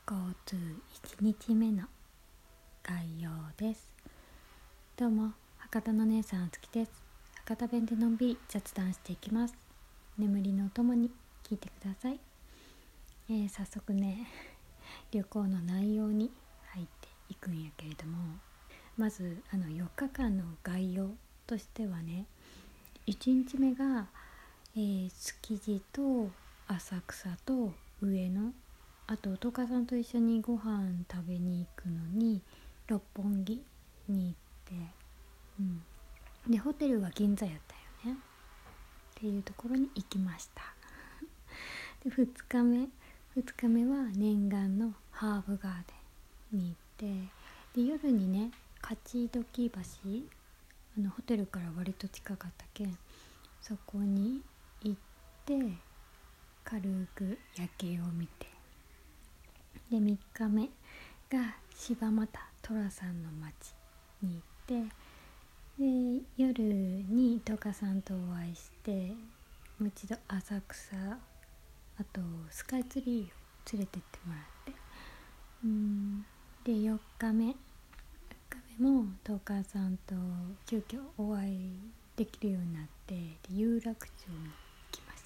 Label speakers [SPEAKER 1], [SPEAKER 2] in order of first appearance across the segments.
[SPEAKER 1] GoTo 1日目の概要です。どうも、博多の姉さんあつきです。博多弁でのんびり雑談していきます。眠りのおともに聞いてください。早速ね、旅行の内容に入っていくんやけれども、まず4日間の概要としてはね、1日目が、築地と浅草と上野、あとおとかさんと一緒にご飯食べに行くのに六本木に行って、でホテルは銀座やったよねっていうところに行きました。で2日目は念願のハーブガーデンに行って、で夜にね勝どき橋、ホテルから割と近かったけんそこに行って軽く夜景を見て、で3日目が柴又寅さんの町に行って、で夜にトカさんとお会いして、もう一度浅草、あとスカイツリーを連れてってもらって、で4日目もトカさんと急遽お会いできるようになって、で有楽町に行きました。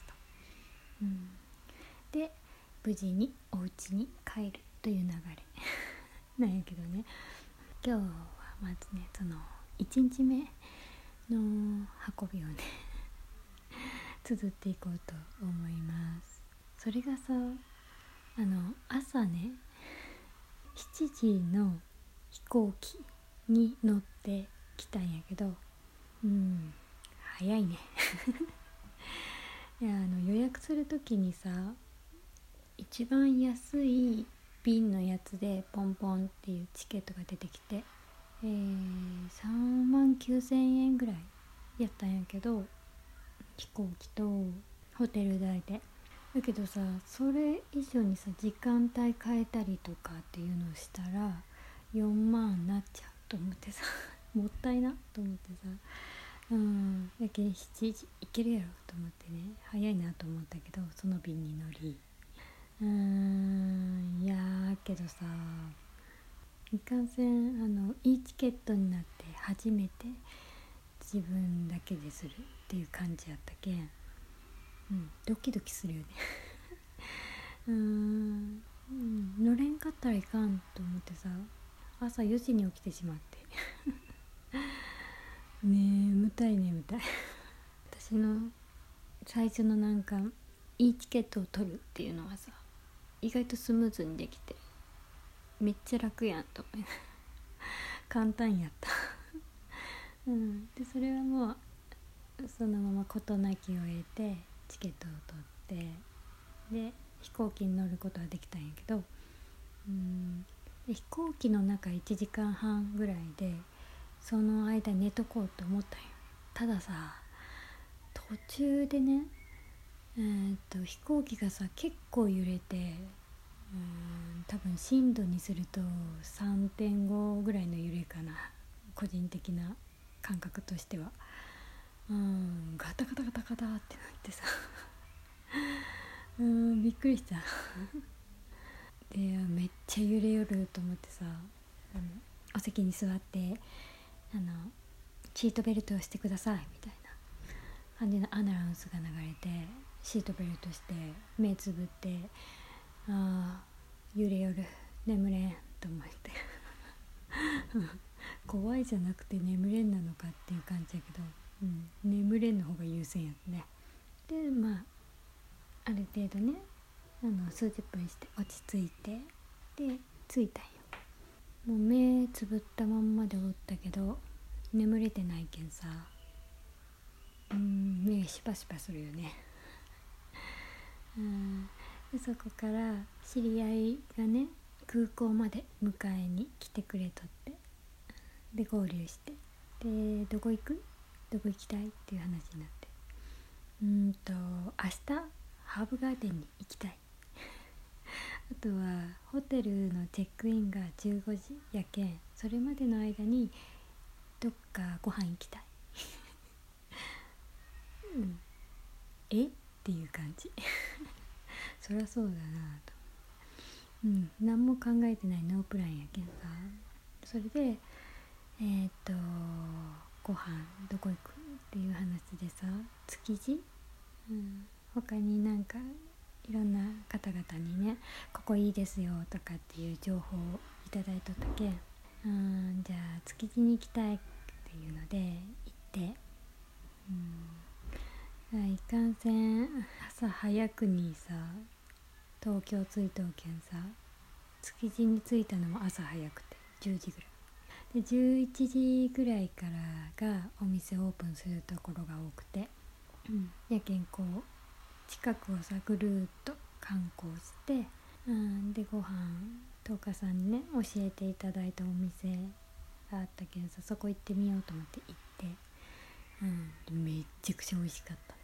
[SPEAKER 1] で無事にお家に帰るという流れなんやけどね、今日はまずねその1日目の運びをね綴っていこうと思います。それがさ、朝ね7時の飛行機に乗ってきたんやけど、早いねいや予約するときにさ、一番安い便のやつでポンポンっていうチケットが出てきて、39,000円ぐらいやったんやけど、飛行機とホテル代で。だけどさ、それ以上にさ時間帯変えたりとかっていうのをしたら4万になっちゃうと思ってさもったいなと思ってさ、だけど7時行けるやろと思ってね、早いなと思ったけどその便に乗り、いやけどさ、いかんせんいいチケットになって初めて自分だけでするっていう感じやったけん、ドキドキするよね乗れんかったらいかんと思ってさ、朝4時に起きてしまって眠たい私の最初のいいチケットを取るっていうのはさ、意外とスムーズにできてめっちゃ楽やんと思い簡単やったでそれはもうそのまま事なきを得てチケットを取って、で飛行機に乗ることはできたんやけど、で飛行機の中1時間半ぐらいでその間寝とこうと思ったんよ。たださ、途中でね飛行機がさ結構揺れて、多分震度にすると 3.5 ぐらいの揺れかな、個人的な感覚としては。ガタガタガタガタってなってさびっくりしたでめっちゃ揺れよると思ってさ、お席に座ってシートベルトをしてくださいみたいな感じのアナウンスが流れて、シートベルトして目つぶって、揺れよる、眠れんと思って怖いじゃなくて眠れんなのかっていう感じやけど、眠れんの方が優先やったね。である程度ね数十分して落ち着いて、で着いたんよ。もう目つぶったまんまでおったけど眠れてないけんさ、目シパシパするよねでそこから知り合いがね空港まで迎えに来てくれとって、で合流して、でどこ行きたいっていう話になって、明日ハーブガーデンに行きたいあとはホテルのチェックインが15時やけん、それまでの間にどっかご飯行きたいっていう感じそりゃそうだなと。 何も考えてないノープランやけんさ。それでご飯どこ行くっていう話でさ、築地、他になんかいろんな方々にね、ここいいですよとかっていう情報をいただいとったけん、じゃあ築地に行きたいっていうので行って、いかんせん朝早くにさ東京着いとうけんさ、築地に着いたのも朝早くて10時ぐらいで、11時ぐらいからがお店オープンするところが多くて、やけんこう近くをさぐるーっと観光して、でご飯東華さんにね教えていただいたお店があったけんさ、そこ行ってみようと思って行って、めっちゃくちゃ美味しかった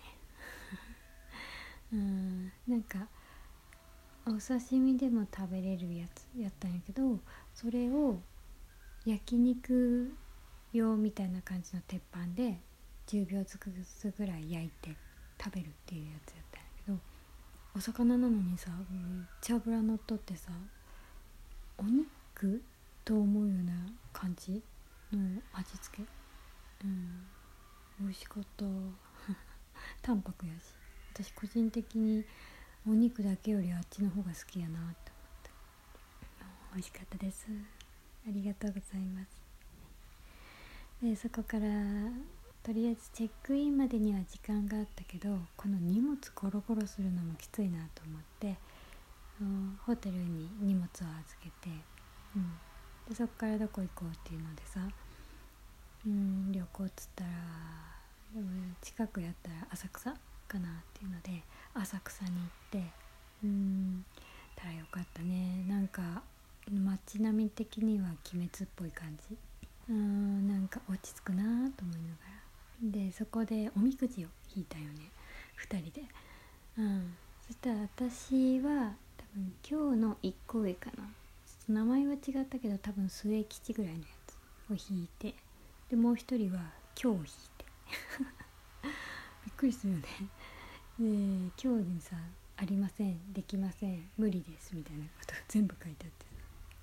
[SPEAKER 1] ね。なんかお刺身でも食べれるやつやったんやけど、それを焼肉用みたいな感じの鉄板で10秒ずつぐらい焼いて食べるっていうやつやったんやけど、お魚なのにさめっちゃ脂乗っとってさ、お肉と思うような感じの味付け、美味しかった淡白やし、私個人的にお肉だけよりあっちの方が好きやなって思って、美味しかったです。ありがとうございます。でそこからとりあえずチェックインまでには時間があったけど、この荷物ゴロゴロするのもきついなと思って、ホテルに荷物を預けて、でそこからどこ行こうっていうのでさ、旅行っつったらでも近くやったら浅草かなっていうので浅草に行って、たらよかったね。なんか街並み的には鬼滅っぽい感じ、なんか落ち着くなと思いながら、でそこでおみくじを引いたよね、2人で。そしたら私は多分今日の1個上かな、ちょっと名前は違ったけど多分末吉ぐらいのやつを引いて、でもう一人は今日引いてびっくりするよね。で今日にさありません、できません、無理ですみたいなこと全部書いてあって、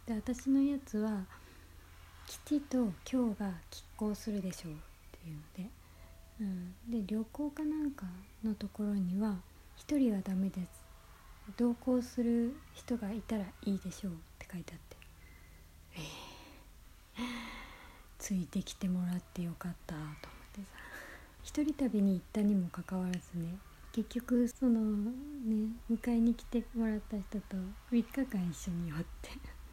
[SPEAKER 1] で私のやつは吉と今日が拮抗するでしょうっていうので、で旅行かなんかのところには一人はダメです、同行する人がいたらいいでしょうって書いてあって、ついてきてもらってよかったと思ってさ、一人旅に行ったにもかかわらずね、結局そのね迎えに来てもらった人と3日間一緒におって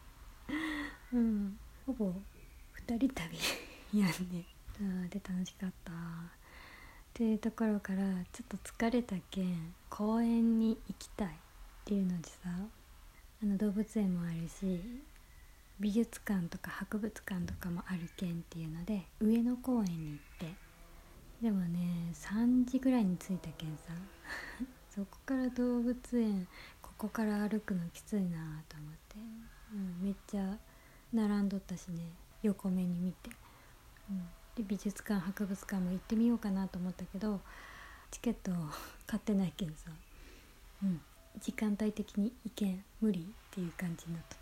[SPEAKER 1] ほぼ2人旅やんね。で楽しかったっていうところから、ちょっと疲れたけん公園に行きたいっていうのでさ、動物園もあるし美術館とか博物館とかもあるけんっていうので上野公園に行って、でもね3時ぐらいに着いたけんさそこから動物園ここから歩くのきついなと思って、めっちゃ並んどったしね、横目に見て、で美術館博物館も行ってみようかなと思ったけどチケットを買ってないけんさ、時間帯的に行けん、無理っていう感じになっと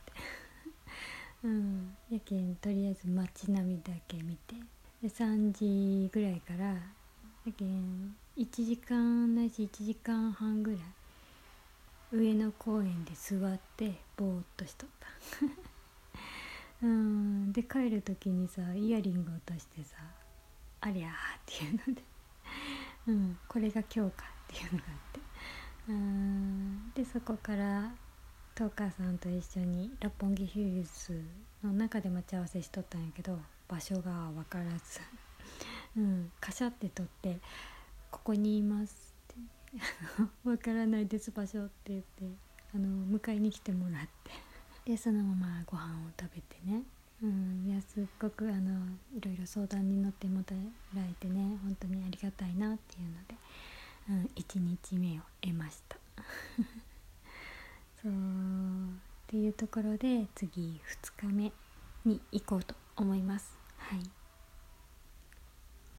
[SPEAKER 1] ってやけんとりあえず街並みだけ見て、で3時ぐらいからやけん1時間ないし1時間半ぐらい上野公園で座ってぼーっとしとったで帰る時にさイヤリング落としてさ、ありゃーっていうのでこれが今日かっていうのがあって、でそこからトーカーさんと一緒に六本木ヒルズの中で待ち合わせしとったんやけど、場所が分からずカシャって撮ってここにいますって分からないです場所って言って迎えに来てもらってでそのままご飯を食べてね、いやすっごくいろいろ相談に乗ってもらえてね本当にありがたいなっていうので、1日目を得ましたそうっていうところで次2日目に行こうと思います。はい、